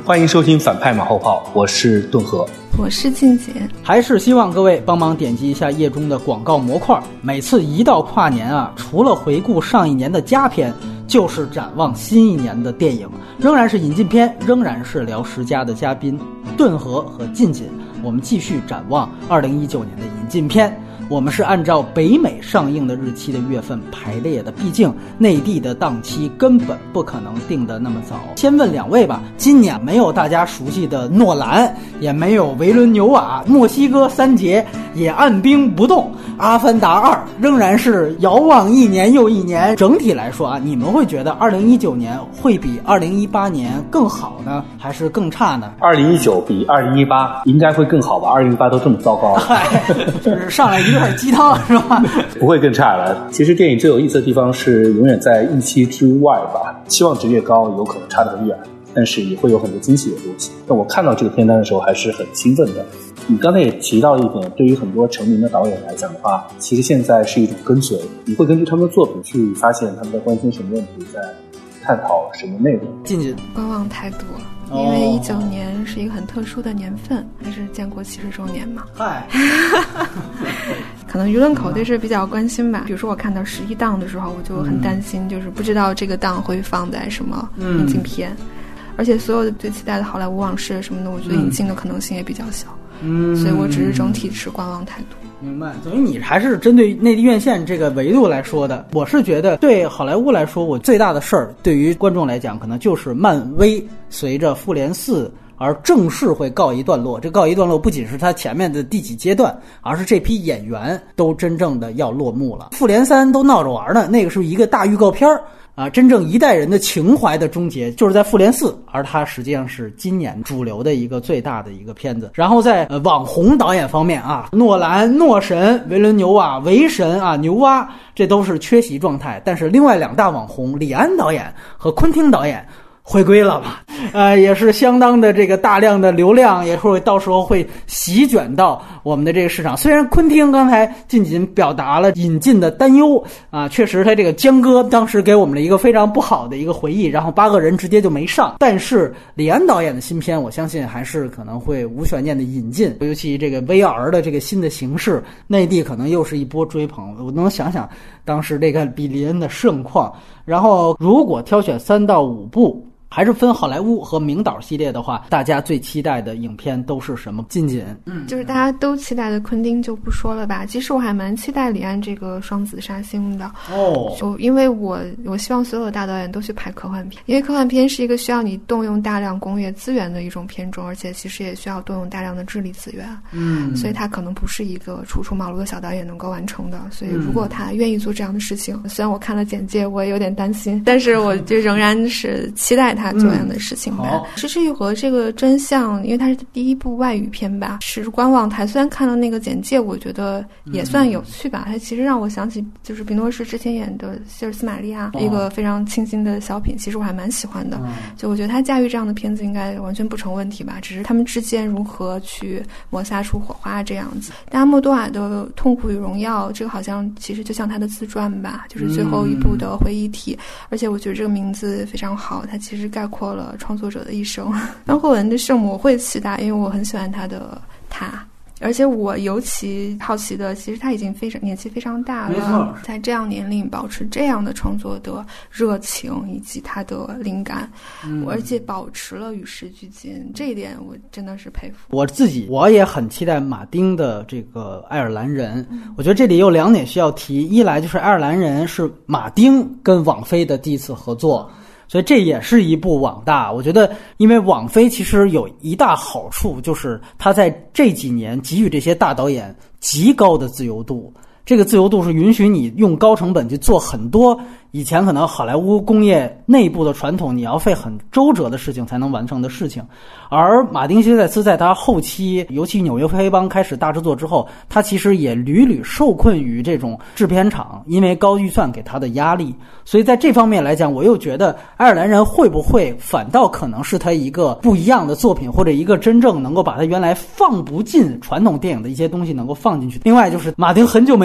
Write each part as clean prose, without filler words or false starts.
欢迎收听反派马后炮，我是顿河， 我是静姐。 还是希望各位帮忙点击一下页中的广告模块，每次一到跨年啊，除了回顾上一年的佳片，就是展望新一年的电影，仍然是引进片，仍然是聊10佳的嘉宾顿河和近锦，我们继续展望2019年的引进片。我们是按照北美上映的日期的月份排列的，毕竟内地的档期根本不可能定得那么早。先问两位吧，今年没有大家熟悉的诺兰，也没有维伦纽瓦，墨西哥三杰也按兵不动，阿凡达2仍然是遥望一年又一年。整体来说啊，你们会觉得2019年会比2018年更好呢，还是更差呢 ？2019比2018应该会更好吧，2018都这么糟糕了。 就是上来一块鸡汤是吧？ 不会更差了。其实电影最有意思的地方是永远在预期之外吧，期望值越高有可能差得很远，但是也会有很多惊喜的东西。但我看到这个片单的时候还是很兴奋的。你刚才也提到一点，对于很多成名的导演来讲的话，其实现在是一种跟随，你会根据他们的作品去发现他们在关心什么问题，在探讨什么内容。 进去观望态度，因为19年是一个很特殊的年份，还是建国70周年嘛。 嗨， 可能舆论口对这比较关心吧。比如说我看到11档的时候，我就很担心，就是不知道这个档会放在什么引进片，而且所有的最期待的好莱坞往事什么的，我觉得引进的可能性也比较小。所以我只是整体持观望态度。 明白，等于你还是针对内地院线这个维度来说的。我是觉得对好莱坞来说，我最大的事儿，对于观众来讲，可能就是漫威随着复联4而正式会告一段落。这告一段落不仅是它前面的第几阶段，而是这批演员都真正的要落幕了。复联3都闹着玩呢，那个是一个大预告片啊，真正一代人的情怀的终结就是在复联4，而它实际上是今年主流的一个最大的一个片子。然后在网红导演方面啊，诺兰、诺神、维伦纽瓦、维神啊、牛蛙，这都是缺席状态。但是另外2大网红李安导演和昆汀导演回归了吧，也是相当的这个大量的流量，也会到时候会席卷到我们的这个市场。虽然昆汀刚才仅表达了引进的担忧啊，确实他这个江哥当时给我们了一个非常不好的一个回忆，然后8个人直接就没上。但是李安导演的新片，我相信还是可能会无悬念的引进，尤其这个 VR 的这个新的形式，内地可能又是一波追捧。我能想想当时这个比利恩的盛况。然后如果挑选3到5部，还是分好莱坞和名导系列的话，大家最期待的影片都是什么？近锦， 就是大家都期待的昆汀就不说了吧。其实我还蛮期待李安这个双子杀星的就因为我希望所有的大导演都去拍科幻片，因为科幻片是一个需要你动用大量工业资源的一种片种，而且其实也需要动用大量的智力资源。所以他可能不是一个初出茅庐的小导演能够完成的。所以如果他愿意做这样的事情，虽然我看了简介，我也有点担心，但是我就仍然是期待他做这样的事情吧。失之愈合这个真相，因为它是第一部外语片吧，是观望台。虽然看了那个简介，我觉得也算有趣吧。它其实让我想起就是比诺什之前演的希尔斯玛利亚，一个非常清新的小品，其实我还蛮喜欢的。就我觉得他驾驭这样的片子应该完全不成问题吧，只是他们之间如何去摩擦出火花这样子。但阿莫多瓦的《痛苦与荣耀》这个好像其实就像他的自传吧，就是最后一部的回忆体。而且我觉得这个名字非常好，它其实概括了创作者的一生。张慧文的圣母我会期待，因为我很喜欢他的而且我尤其好奇的，其实他已经年纪非常大了，在这样年龄保持这样的创作的热情以及他的灵感，而且保持了与时俱进，这一点我真的是佩服。 我也很期待马丁的这个爱尔兰人。我觉得这里有2点需要提，一来就是爱尔兰人是马丁跟网飞的第一次合作，所以这也是一部网大。我觉得因为网飞其实有一大好处，就是它在这几年给予这些大导演极高的自由度，这个自由度是允许你用高成本去做很多以前可能好莱坞工业内部的传统你要费很周折的事情才能完成的事情。而马丁西塞斯在他后期，尤其纽约黑帮开始大制作之后，他其实也屡屡受困于这种制片厂因为高预算给他的压力。所以在这方面来讲，我又觉得爱尔兰人会不会反倒可能是他一个不一样的作品，或者一个真正能够把他原来放不进传统电影的一些东西能够放进去。另外就是马丁很久没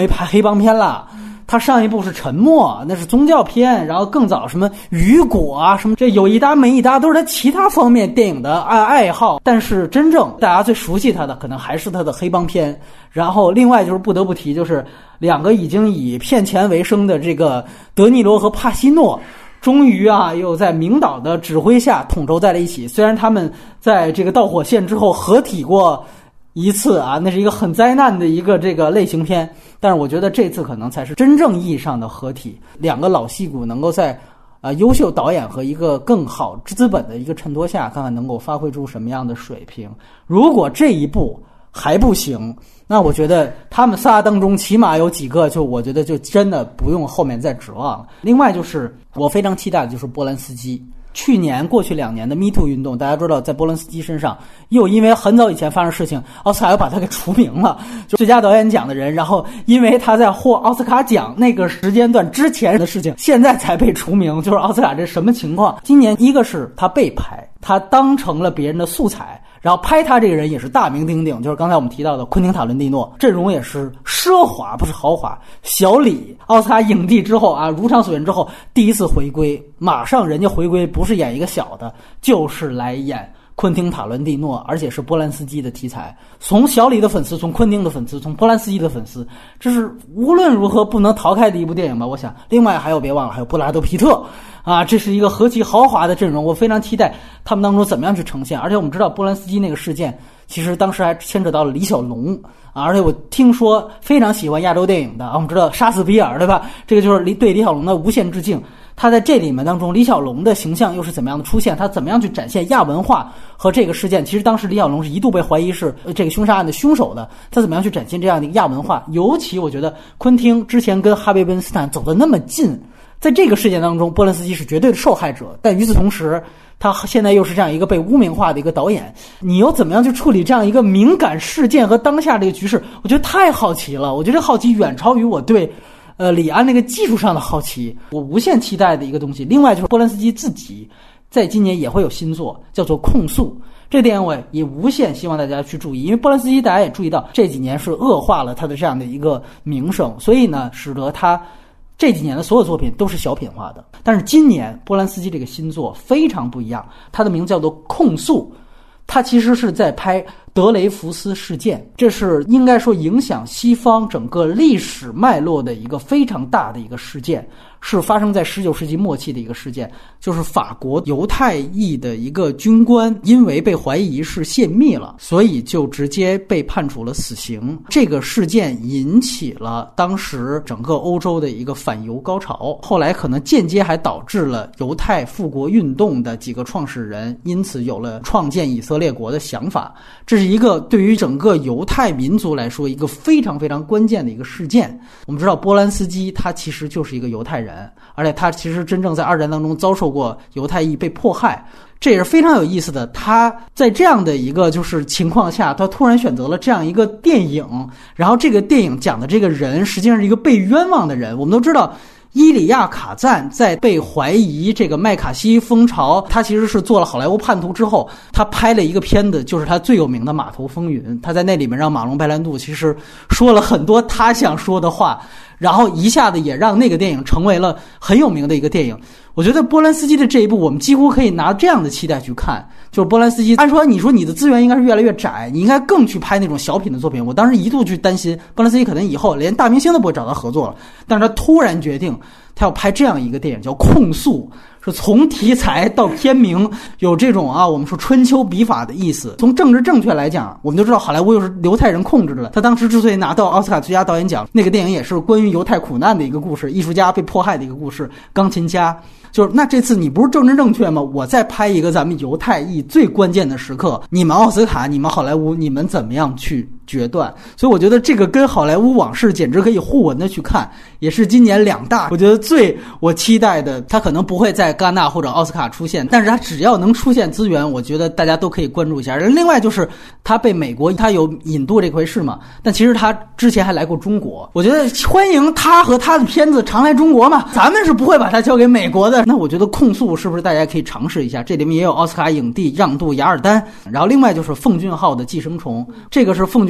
拍黑帮片了。他上一部是《沉默》，那是宗教片，然后更早什么雨果啊，什么这有一搭没一搭，都是他其他方面电影的爱好。但是真正大家最熟悉他的，可能还是他的黑帮片。然后另外就是不得不提，就是两个已经以骗钱为生的这个德尼罗和帕西诺，终于又在名导的指挥下统筹在了一起。虽然他们在这个导火线之后合体过一次那是一个很灾难的一个这个类型片，但是我觉得这次可能才是真正意义上的合体，两个老戏骨能够在优秀导演和一个更好资本的一个衬托下，看看能够发挥出什么样的水平。如果这一部还不行，那我觉得他们仨当中起码有几个我觉得就真的不用后面再指望了。另外就是我非常期待的就是波兰斯基。过去2年的 MeToo 运动，大家知道在波兰斯基身上又因为很早以前发生事情，奥斯卡又把他给除名了，就最佳导演奖的人，然后因为他在获奥斯卡奖那个时间段之前的事情，现在才被除名，就是奥斯卡这什么情况？今年一个是他被拍，他当成了别人的素材，然后拍他这个人也是大名鼎鼎，就是刚才我们提到的昆汀塔伦蒂诺，阵容也是奢华不是豪华。小李奥斯卡影帝之后如偿所愿之后第一次回归，马上人家回归不是演一个小的，就是来演昆汀塔伦蒂诺，而且是波兰斯基的题材。从小李的粉丝，从昆汀的粉丝，从波兰斯基的粉丝，这是无论如何不能逃开的一部电影吧，我想。另外还有别忘了还有布拉德皮特这是一个何其豪华的阵容，我非常期待他们当中怎么样去呈现。而且我们知道波兰斯基那个事件其实当时还牵扯到了李小龙而且我听说非常喜欢亚洲电影的我们知道杀死比尔对吧，这个就是对李小龙的无限致敬。他在这里面当中李小龙的形象又是怎么样的出现，他怎么样去展现亚文化和这个事件。其实当时李小龙是一度被怀疑是这个凶杀案的凶手的，他怎么样去展现这样的一个亚文化。尤其我觉得昆汀之前跟哈维·温斯坦走得那么近，在这个事件当中波兰斯基是绝对的受害者，但与此同时他现在又是这样一个被污名化的一个导演，你又怎么样去处理这样一个敏感事件和当下这个局势，我觉得太好奇了。我觉得这好奇远超于我对李安那个技术上的好奇，我无限期待的一个东西。另外就是波兰斯基自己在今年也会有新作叫做《控诉》，这电影我也无限希望大家去注意，因为波兰斯基大家也注意到这几年是恶化了他的这样的一个名声，所以呢使得他这几年的所有作品都是小品化的。但是今年波兰斯基这个新作非常不一样，它的名字叫做《控诉》，它其实是在拍德雷福斯事件，这是应该说影响西方整个历史脉络的一个非常大的一个事件，是发生在19世纪末期的一个事件，就是法国犹太裔的一个军官因为被怀疑是泄密了，所以就直接被判处了死刑。这个事件引起了当时整个欧洲的一个反犹高潮，后来可能间接还导致了犹太复国运动的几个创始人因此有了创建以色列国的想法。这是一个对于整个犹太民族来说一个非常非常关键的一个事件。我们知道波兰斯基他其实就是一个犹太人，而且他其实真正在二战当中遭受过犹太裔被迫害，这也是非常有意思的。他在这样的一个就是情况下，他突然选择了这样一个电影，然后这个电影讲的这个人实际上是一个被冤枉的人。我们都知道伊里亚卡赞在被怀疑这个麦卡锡风潮，他其实是做了好莱坞叛徒之后，他拍了一个片子，就是他最有名的《码头风云》，他在那里面让马龙白兰度其实说了很多他想说的话，然后一下子也让那个电影成为了很有名的一个电影。我觉得波兰斯基的这一部我们几乎可以拿这样的期待去看，就是波兰斯基按说你说你的资源应该是越来越窄，你应该更去拍那种小品的作品。我当时一度去担心波兰斯基可能以后连大明星都不会找他合作了，但是他突然决定他要拍这样一个电影叫《控诉》，是从题材到片名有这种我们说春秋笔法的意思。从政治正确来讲，我们就知道好莱坞又是犹太人控制的了，他当时之所以拿到奥斯卡最佳导演奖，那个电影也是关于犹太苦难的一个故事，艺术家被迫害的一个故事，钢琴家。就是那这次你不是政治正确吗？我再拍一个咱们犹太裔最关键的时刻，你们奥斯卡你们好莱坞你们怎么样去决断？所以我觉得这个跟好莱坞往事简直可以互文的去看，也是今年两大我觉得最我期待的。他可能不会在戛纳或者奥斯卡出现，但是他只要能出现资源，我觉得大家都可以关注一下。另外就是他被美国他有引渡这回事嘛，但其实他之前还来过中国，我觉得欢迎他和他的片子常来中国嘛，咱们是不会把他交给美国的。那我觉得控诉是不是大家可以尝试一下，这里面也有奥斯卡影帝让渡雅尔丹，然后另外就是奉俊昊的寄生虫，这个是奉俊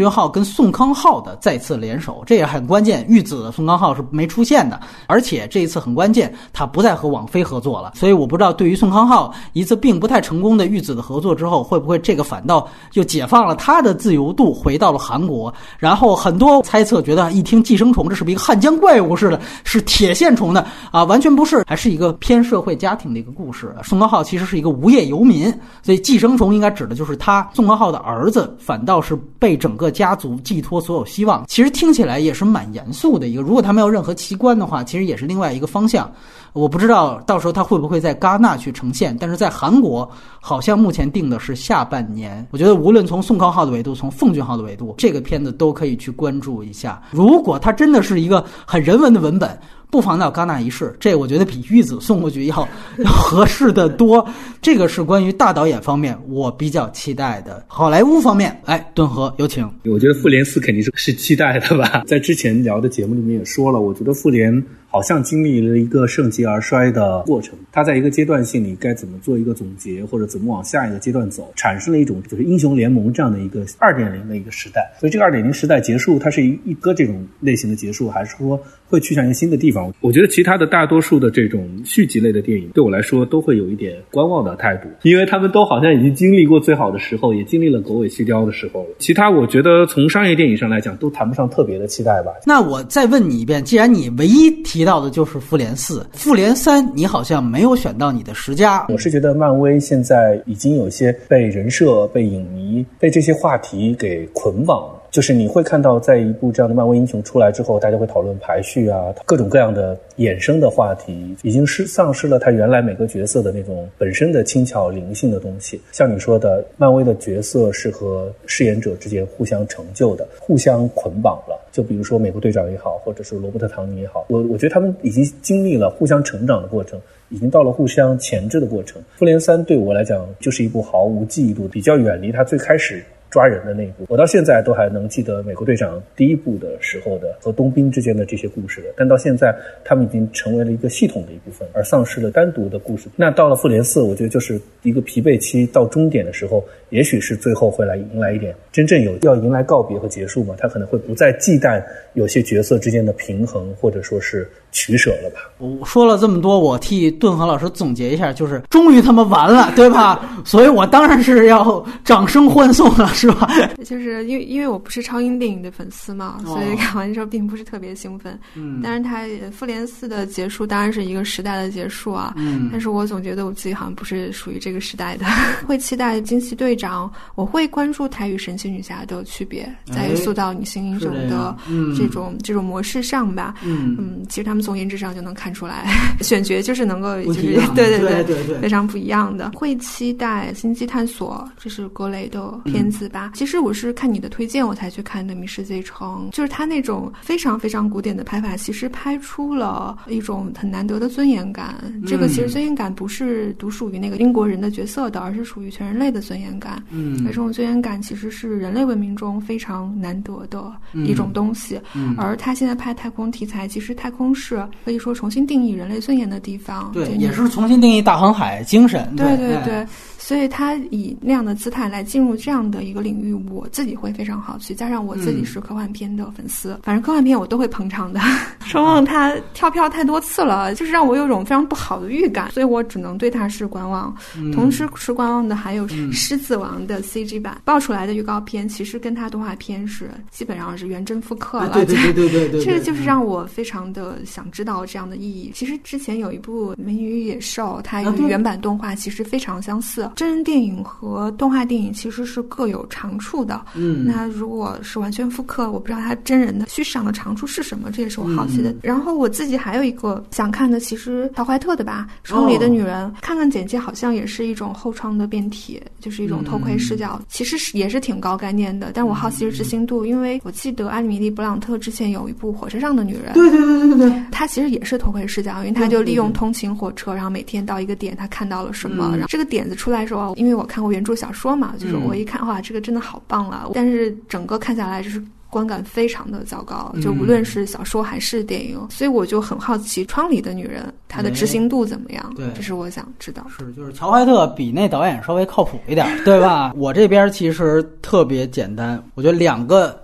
俊昊跟宋康昊的再次联手，这也很关键。玉子宋康昊是没出现的，而且这一次很关键，他不再和网飞合作了。所以我不知道对于宋康昊一次并不太成功的玉子的合作之后，会不会这个反倒就解放了他的自由度，回到了韩国。然后很多猜测觉得一听寄生虫这是不是一个汉江怪物似的，是铁线虫的啊，完全不是，还是一个偏社会家庭的一个故事。宋康昊其实是一个无业游民，所以寄生虫应该指的就是他。宋康昊的儿子反倒是被整个家族寄托所有希望，其实听起来也是蛮严肃的一个，如果他没有任何奇观的话，其实也是另外一个方向。我不知道到时候他会不会在戛纳去呈现，但是在韩国好像目前定的是下半年。我觉得无论从宋康昊的维度，从奉俊昊的维度，这个片子都可以去关注一下。如果它真的是一个很人文的文本，不妨到戛纳一试，这我觉得比玉子送过去要合适的多。这个是关于大导演方面我比较期待的。好莱坞方面，顿河有请。 我觉得复联4肯定是期待的吧，在之前聊的节目里面也说了，我觉得复联好像经历了一个盛极而衰的过程，它在一个阶段性里该怎么做一个总结，或者怎么往下一个阶段走，产生了一种就是英雄联盟这样的一个 2.0 的一个时代。所以这个 2.0 时代结束，它是一个这种类型的结束，还是说会去向一个新的地方？我觉得其他的大多数的这种续集类的电影对我来说都会有一点观望的态度，因为他们都好像已经经历过最好的时候，也经历了狗尾续貂的时候了。其他我觉得从商业电影上来讲都谈不上特别的期待吧。 那我再问你一遍，既然你唯一提到的就是复联4，复联3你好像没有选到你的10佳。 我是觉得漫威现在已经有些被人设、被影迷、被这些话题给捆绑了。就是你会看到在一部这样的漫威英雄出来之后，大家会讨论排序啊，各种各样的衍生的话题，已经丧失了他原来每个角色的那种本身的轻巧灵性的东西。像你说的，漫威的角色是和饰演者之间互相成就的，互相捆绑了。就比如说美国队长也好，或者是罗伯特唐尼也好，我觉得他们已经经历了互相成长的过程，已经到了互相钳制的过程。复联3对我来讲就是一部毫无记忆度，比较远离他最开始抓人的那一步。我到现在都还能记得美国队长第一部的时候的和冬兵之间的这些故事的，但到现在他们已经成为了一个系统的一部分，而丧失了单独的故事。那到了复联4，我觉得就是一个疲惫期到终点的时候，也许是最后会来迎来一点真正要迎来告别和结束嘛，他可能会不再忌惮有些角色之间的平衡或者说是取舍了吧。 我说了这么多，我替顿河老师总结一下，就是终于他们完了，对吧？所以我当然是要掌声欢送了，是吧？ 就是因为我不是超英电影的粉丝嘛，所以看完之后并不是特别兴奋。但是它复联4的结束当然是一个时代的结束啊。但是我总觉得我自己好像不是属于这个时代的。会期待惊奇队长，我会关注他与神奇女侠的区别，在于塑造女性英雄的这种模式上吧。其实他们从颜值上就能看出来，选角就是能够就是对非常不一样的。会期待星际探索，这是格雷的片子吧。其实我是看你的推荐我才去看的《迷失罪城》，就是他那种非常非常古典的拍法，其实拍出了一种很难得的尊严感。这个其实尊严感不是独属于那个英国人的角色的，而是属于全人类的尊严感。而这种尊严感其实是人类文明中非常难得的一种东西。而他现在拍太空题材，其实太空是可以说重新定义人类尊严的地方。 对，也是重新定义大航海精神。 对。所以他以那样的姿态来进入这样的一个领域，我自己会非常好奇，加上我自己是科幻片的粉丝，反正科幻片我都会捧场的。说梦他跳票太多次了，就是让我有种非常不好的预感，所以我只能对他是观望。同时是观望的还有狮子王的 CG 版爆出来的预告片，其实跟他动画片是基本上是原真复刻了。对，这个就是让我非常的想知道这样的意义。其实之前有一部《美女与野兽》，它与原版动画其实非常相似。真人电影和动画电影其实是各有长处的。那如果是完全复刻，我不知道它真人的叙事上的长处是什么，这也是我好奇的。然后我自己还有一个想看的，其实陶怀特的吧，《窗里的女人》，看看简介好像也是一种后窗的变体，就是一种偷窥视角，其实也是挺高概念的。但我好奇是执行度，因为我记得艾米丽·布朗特之前有一部《火车上的女人》，对，她其实也是偷窥视角，因为她就利用通勤火车，然后每天到一个点，她看到了什么，然后这个点子出来时候，因为我看过原著小说嘛，就是我一看哇，这个真的好棒啊！但是整个看下来就是观感非常的糟糕，就无论是小说还是电影，所以我就很好奇《窗里的女人》它的执行度怎么样？对，这是我想知道。 就是乔怀特比那导演稍微靠谱一点，对吧？我这边其实特别简单，我觉得2个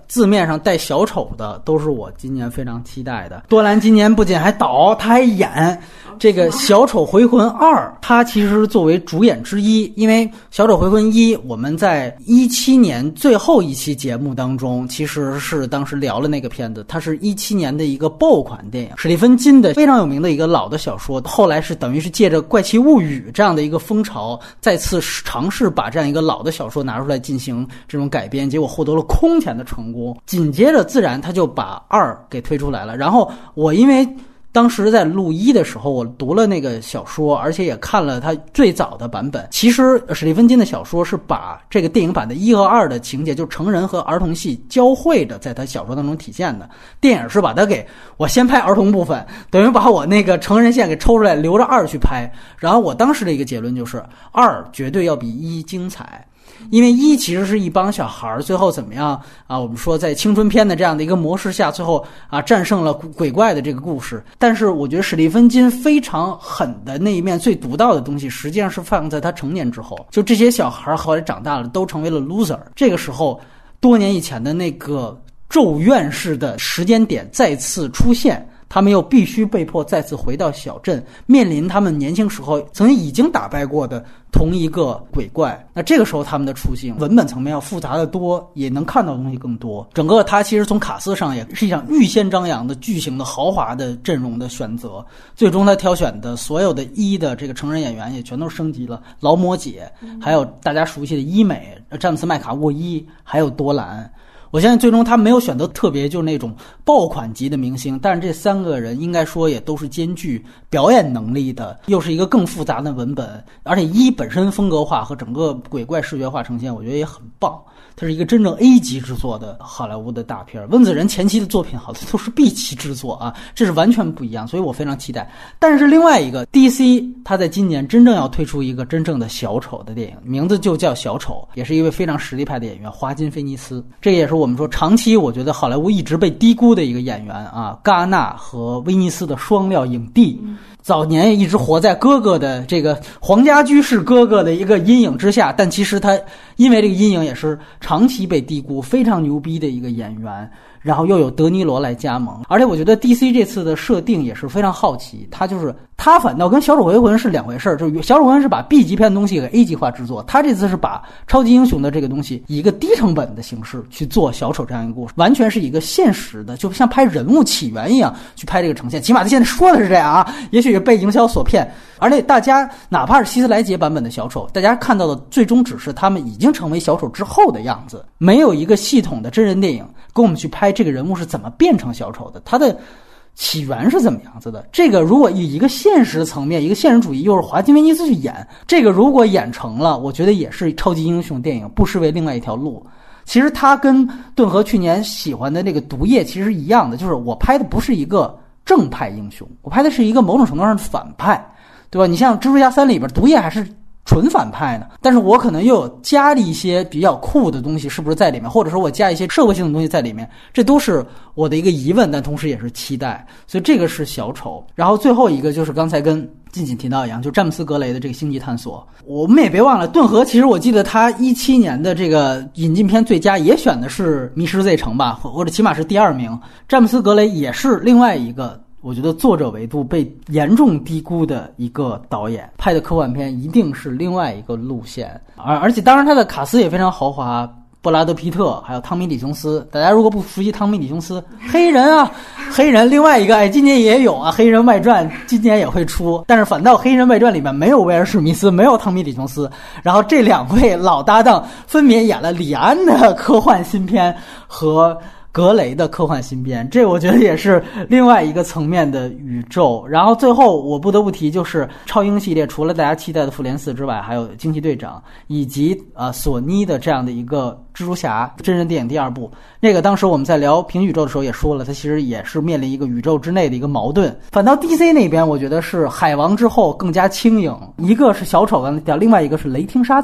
字面上带小丑的都是我今年非常期待的。多兰今年不仅还导，他还演这个《小丑回魂2》，他其实作为主演之一，因为《小丑回魂1》我们在17年最后一期节目当中其实是当时聊了那个片子，它是17年的一个爆款电影，史蒂芬金的非常有名的一个老的小说，后来是等于是借着《怪奇物语》这样的一个风潮，再次尝试把这样一个老的小说拿出来进行这种改编，结果获得了空前的成功。紧接着自然他就把2给推出来了。然后我因为当时在录1的时候，我读了那个小说，而且也看了他最早的版本。其实史蒂芬金的小说是把这个电影版的1和2的情节，就是成人和儿童戏交汇的，在他小说当中体现的。电影是把它给我先拍儿童部分，等于把我那个成人线给抽出来，留着2去拍。然后我当时的一个结论就是2绝对要比1精彩。因为1其实是一帮小孩最后怎么样啊？我们说在青春片的这样的一个模式下，最后啊战胜了鬼怪的这个故事。但是我觉得史蒂芬金非常狠的那一面，最独到的东西，实际上是放在他成年之后，就这些小孩后来长大了，都成为了 loser。这个时候，多年以前的那个咒怨式的时间点再次出现。他们又必须被迫再次回到小镇，面临他们年轻时候曾经已经打败过的同一个鬼怪。那这个时候他们的处境文本层面要复杂的多，也能看到的东西更多。整个它其实从卡司上也是一场预先张扬的巨型的豪华的阵容的选择，最终他挑选的所有的1的这个成人演员也全都升级了，劳模姐，还有大家熟悉的医美詹姆斯麦卡沃伊，还有多兰。我相信最终他没有选择特别就是那种爆款级的明星，但是这3个人应该说也都是兼具表演能力的，又是一个更复杂的文本，而且1本身风格化和整个鬼怪视觉化呈现我觉得也很棒。它是一个真正 A 级制作的好莱坞的大片。温子仁前期的作品好多都是 B 级制作啊，这是完全不一样，所以我非常期待。但是另外一个 DC 他在今年真正要推出一个真正的小丑的电影，名字就叫小丑，也是一位非常实力派的演员华金菲尼斯。这也是我们说长期我觉得好莱坞一直被低估的一个演员啊，戛纳和威尼斯的双料影帝。早年也一直活在哥哥的这个皇家居士哥哥的一个阴影之下，但其实他因为这个阴影也是长期被低估，非常牛逼的一个演员。然后又有德尼罗来加盟，而且我觉得 DC 这次的设定也是非常好奇，他反倒跟小丑回魂是两回事，就是小丑回魂是把 B 级片的东西给 A 级化制作，他这次是把超级英雄的这个东西以一个低成本的形式去做小丑这样一个故事，完全是一个现实的，就像拍人物起源一样去拍这个呈现，起码他现在说的是这样啊，也许被营销所骗。而且大家哪怕是希斯莱杰版本的小丑，大家看到的最终只是他们已经成为小丑之后的样子，没有一个系统的真人电影跟我们去拍这个人物是怎么变成小丑的，他的起源是怎么样子的。这个如果以一个现实层面，一个现实主义又是华金威尼斯去演，这个如果演成了，我觉得也是超级英雄电影，不失为另外一条路。其实他跟顿河去年喜欢的那个毒液其实一样的，就是我拍的不是一个正派英雄，我拍的是一个某种程度上的反派，对吧？你像蜘蛛侠3里边毒液还是纯反派呢，但是我可能又有加了一些比较酷的东西是不是在里面，或者说我加一些社会性的东西在里面，这都是我的一个疑问，但同时也是期待。所以这个是小丑。然后最后一个就是刚才跟近近提到一样，就詹姆斯格雷的这个星际探索。我们也别忘了顿河，其实我记得他17年的这个引进片最佳也选的是迷失 Z 城吧，或者起码是第2名。詹姆斯格雷也是另外一个我觉得作者维度被严重低估的一个导演，拍的科幻片一定是另外一个路线。而且当然他的卡斯也非常豪华，布拉德皮特还有汤米李琼斯。大家如果不熟悉汤米李琼斯，黑人啊，黑人另外一个今年也有啊，黑人外传今年也会出，但是反倒黑人外传里面没有威尔史密斯，没有汤米李琼斯，然后这2位老搭档分别演了李安的科幻新片和格雷的科幻新片，这我觉得也是另外一个层面的宇宙。然后最后我不得不提，就是超英系列除了大家期待的复联4之外，还有惊奇队长以及索尼的这样的一个蜘蛛侠真人电影第2部。那个当时我们在聊平行宇宙的时候也说了，它其实也是面临一个宇宙之内的一个矛盾。反倒 DC 那边我觉得是海王之后更加轻盈，一个是小丑的，另外一个是雷霆沙赞。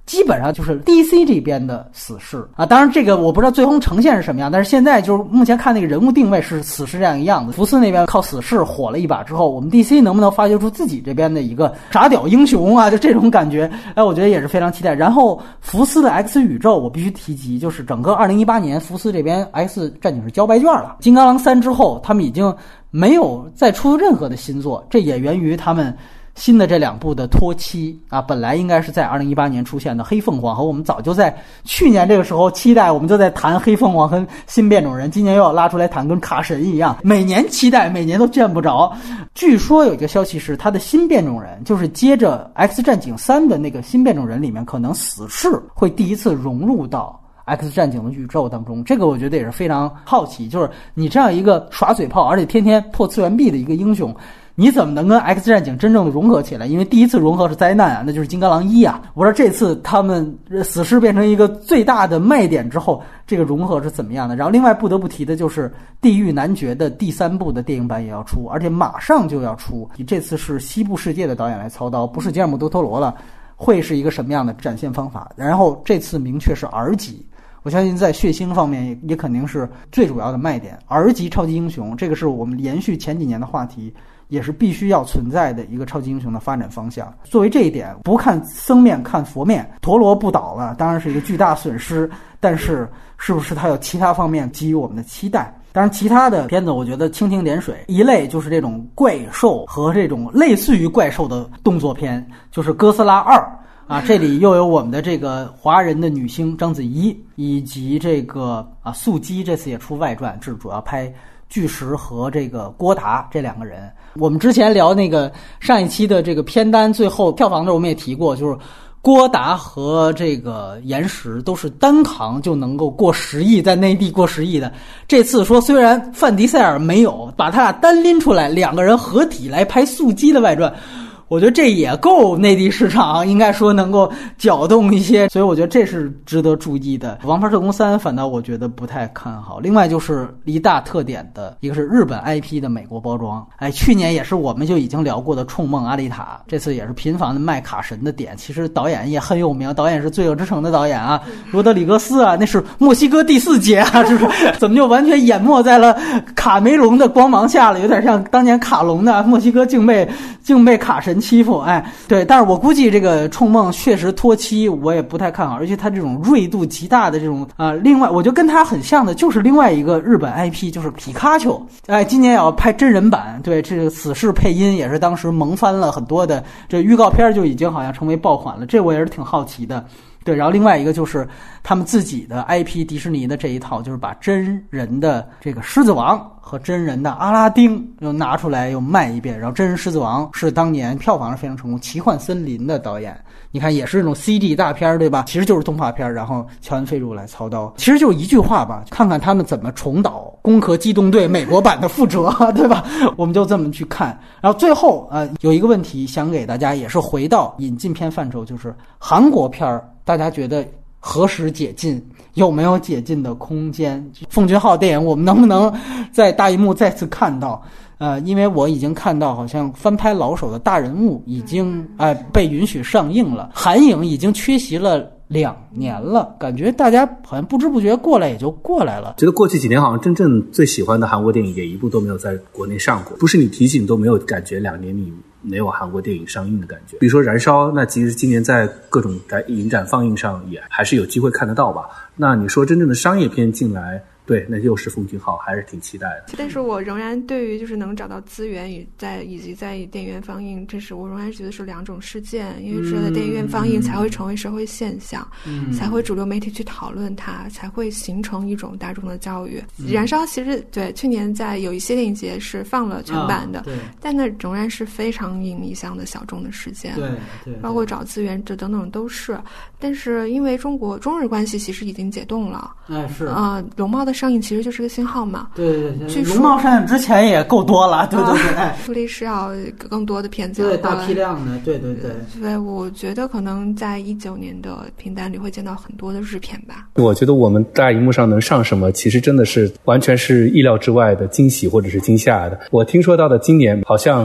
基本上就是 DC 这边的死侍啊。当然这个我不知道最终呈现是什么样，但是现在就是目前看那个人物定位是死侍这样一个样子。福斯那边靠死侍火了一把之后，我们 DC 能不能发掘出自己这边的一个傻屌英雄啊，就这种感觉，我觉得也是非常期待。然后福斯的 X 宇宙我必须提及，就是整个2018年福斯这边 X 战警是交白卷了，金刚狼3之后他们已经没有再出任何的新作，这也源于他们新的这2部的拖期啊，本来应该是在2018年出现的黑凤凰，和我们早就在去年这个时候期待，我们就在谈黑凤凰和新变种人，今年又要拉出来谈，跟卡神一样，每年期待，每年都见不着。据说有一个消息是，他的新变种人就是接着 X 战警3的那个新变种人里面，可能死侍会第一次融入到X 战警的宇宙当中，这个我觉得也是非常好奇，就是你这样一个耍嘴炮而且天天破次元壁的一个英雄，你怎么能跟 X 战警真正的融合起来？因为第一次融合是灾难啊，那就是金刚狼1啊。我说这次他们死侍变成一个最大的卖点之后，这个融合是怎么样的？然后另外不得不提的就是地狱男爵的第3部的电影版也要出，而且马上就要出，这次是西部世界的导演来操刀，不是吉尔姆·德托罗了，会是一个什么样的展现方法？然后这次明确是 R 级，我相信在血腥方面也肯定是最主要的卖点。R 级超级英雄，这个是我们延续前几年的话题，也是必须要存在的一个超级英雄的发展方向。作为这一点，不看僧面看佛面，陀螺不倒了当然是一个巨大损失，但是是不是它有其他方面给予我们的期待？当然其他的片子我觉得蜻蜓点水，一类就是这种怪兽和这种类似于怪兽的动作片，就是哥斯拉2啊，这里又有我们的这个华人的女星章子怡，以及这个素姬这次也出外传，是主要拍巨石和这个郭达这2个人。我们之前聊那个上一期的这个片单，最后票房的时候我们也提过，就是郭达和这个岩石都是单扛就能够过10亿，在内地过10亿的。这次说虽然范迪塞尔没有，把他俩单拎出来，2个人合体来拍素姬的外传，我觉得这也够内地市场，应该说能够搅动一些，所以我觉得这是值得注意的。王牌特工3反倒我觉得不太看好。另外就是一大特点的一个是日本 IP 的美国包装，去年也是我们就已经聊过的冲梦阿丽塔，这次也是频繁的卖卡神的点。其实导演也很有名，导演是罪恶之城的导演啊，罗德里格斯啊，那是墨西哥第4节啊，是不是？怎么就完全淹没在了卡梅隆的光芒下了？有点像当年卡隆的墨西哥竟被卡神欺负，对，但是我估计这个冲梦确实拖期，我也不太看好，而且它这种锐度极大的这种另外我觉得跟它很像的就是另外一个日本 IP， 就是皮卡丘，今年也要拍真人版，对，这个死侍配音也是当时萌翻了很多的，这预告片就已经好像成为爆款了，这我也是挺好奇的。对，然后另外一个就是他们自己的 IP 迪士尼的这一套，就是把真人的这个狮子王和真人的阿拉丁又拿出来又卖一遍。然后真人狮子王是当年票房是非常成功，奇幻森林的导演，你看也是这种 CG 大片对吧，其实就是动画片，然后乔恩·费入来操刀，其实就是一句话吧，看看他们怎么重蹈攻壳机动队美国版的覆辙对吧，我们就这么去看。然后最后有一个问题想给大家也是回到引进片范畴，就是韩国片大家觉得何时解禁，有没有解禁的空间？奉俊昊电影我们能不能在大荧幕再次看到？因为我已经看到好像翻拍老手的大人物已经被允许上映了，韩影已经缺席了2年了，感觉大家好像不知不觉过来也就过来了。 觉得过去几年好像真正最喜欢的韩国电影也一部都没有在国内上过，不是你提醒都没有感觉2年里没有韩国电影上映的感觉。比如说燃烧，那其实今年在各种影展放映上也还是有机会看得到吧。那你说真正的商业片进来，对，那又是奉俊昊，还是挺期待的。 但是我仍然对于就是能找到资源以及在电影院放映，这是我仍然觉得是2种事件，因为只有在电影院放映才会成为社会现象，才会主流媒体去讨论它，才会形成一种大众的教育。燃烧其实对去年在有一些电影节是放了全版的，但那仍然是非常影迷向的小众的事件，对，包括找资源这等等都是。但是因为中日关系其实已经解冻了， 是龙猫的上映其实就是个信号嘛。 对，龙猫上映之前也够多了，对， 出力是要更多的片子， 对，大批量的，对。 所以我觉得可能在19年的片单里会见到很多的日片吧。 我觉得我们大荧幕上能上什么，其实真的是完全是意料之外的惊喜或者是惊吓的。我听说到的今年好像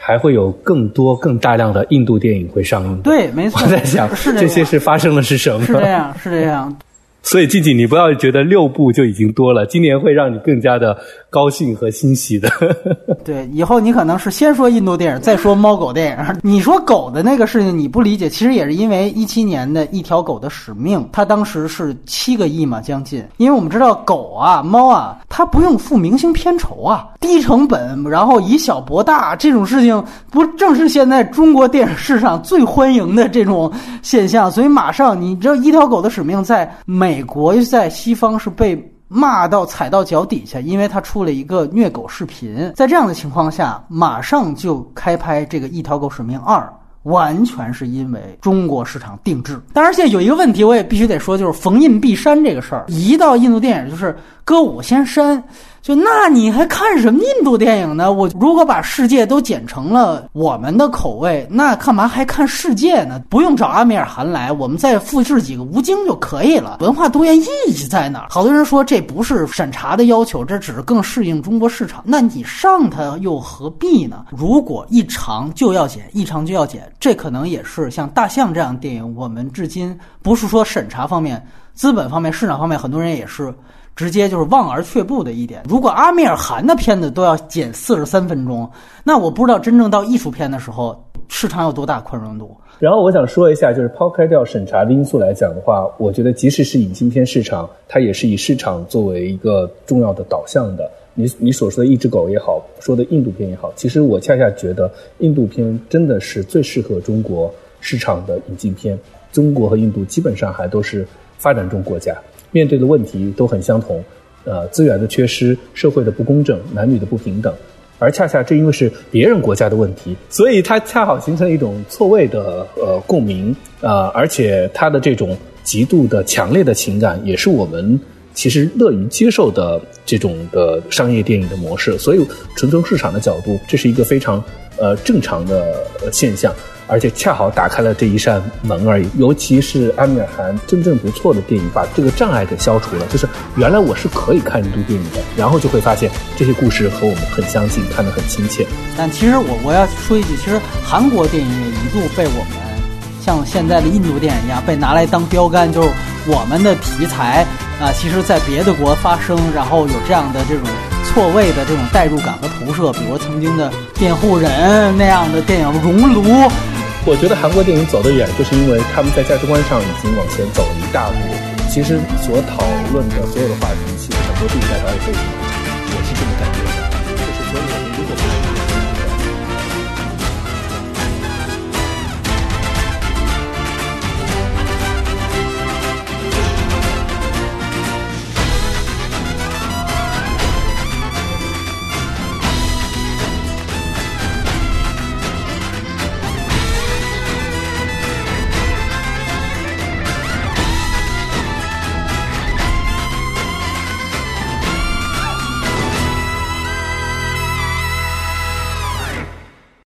还会有更多更大量的印度电影会上映。 对，没错。 我在想这些是发生的是什么？ 是这样，是这样。 所以静静，你不要觉得6部就已经多了，今年会让你更加的高兴和欣喜的。 对，以后你可能是先说印度电影，再说猫狗电影。你说狗的那个事情你不理解，其实也是因为17年的一条狗的使命，它当时是7个亿嘛，将近。因为我们知道狗啊、猫啊，它不用付明星片酬啊，低成本，然后以小博大，这种事情不正是现在中国电影市场最欢迎的这种现象？所以马上你知道一条狗的使命在美国在西方是被骂到踩到脚底下，因为他出了一个虐狗视频。在这样的情况下，马上就开拍这个一条狗使命2，完全是因为中国市场定制。当然现在有一个问题我也必须得说，就是逢印必删这个事儿，一到印度电影就是歌舞先删，就那你还看什么印度电影呢？我如果把世界都剪成了我们的口味，那干嘛还看世界呢？不用找阿米尔汗来，我们再复制几个吴京就可以了。文化多元意义在哪儿？好多人说这不是审查的要求，这只是更适应中国市场。那你上它又何必呢？如果一长就要剪，一长就要剪，这可能也是像大象这样的电影，我们至今不是说审查方面、资本方面、市场方面，很多人也是直接就是望而却步的一点。如果阿米尔汗的片子都要剪43分钟，那我不知道真正到艺术片的时候市场有多大宽容度。 然后我想说一下，就是抛开掉审查的因素来讲的话，我觉得即使是引进片市场，它也是以市场作为一个重要的导向的。你所说的一只狗也好，说的印度片也好，其实我恰恰觉得印度片真的是最适合中国市场的引进片。中国和印度基本上还都是发展中国家，面对的问题都很相同，资源的缺失、社会的不公正、男女的不平等，而恰恰正因为是别人国家的问题，所以它恰好形成一种错位的共鸣，而且它的这种极度的强烈的情感，也是我们其实乐于接受的这种的商业电影的模式。所以纯从市场的角度，这是一个非常正常的现象。而且恰好打开了这一扇门而已，尤其是阿米尔汗真正不错的电影，把这个障碍给消除了，就是原来我是可以看印度电影的，然后就会发现这些故事和我们很相近，看得很亲切。 但其实我要说一句，其实韩国电影也一度被我们像现在的印度电影一样被拿来当标杆，就是我们的题材其实在别的国发生，然后有这样的这种错位的这种代入感和投射，比如曾经的辩护人那样的电影熔炉。 我觉得韩国电影走得远，就是因为他们在价值观上已经往前走了一大步。其实所讨论的所有的话题，其实很多地带导演背景也是这么感觉的。